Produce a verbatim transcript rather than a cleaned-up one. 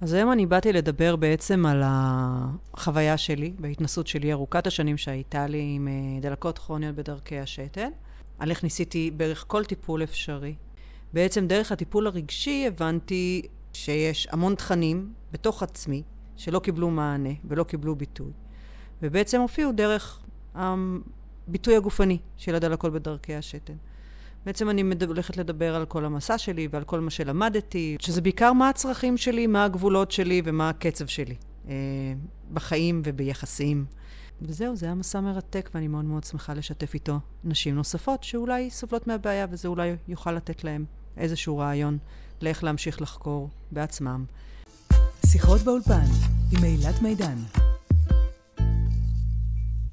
אז היום אני באתי לדבר בעצם על החוויה שלי, בהתנסות שלי ארוכת השנים שהייתה לי עם דלקות כרוניות בדרכי השתן. על איך ניסיתי בערך כל טיפול אפשרי. בעצם דרך הטיפול הרגשי הבנתי שיש המון תכנים בתוך עצמי שלא קיבלו מענה ולא קיבלו ביטוי. ובעצם הופיעו דרך הביטוי הגופני של הדלקות בדרכי השתן. בעצם אני הולכת לדבר על כל המסע שלי ועל כל מה שלמדתי, שזה בעיקר מה הצרכים שלי, מה הגבולות שלי ומה הקצב שלי אה, בחיים וביחסים. וזהו, זה היה מסע מרתק ואני מאוד מאוד שמחה לשתף איתו נשים נוספות שאולי סובלות מהבעיה וזה אולי יוכל לתת להם איזשהו רעיון לאיך להמשיך לחקור בעצמם. שיחות באולפן עם אילת מידן.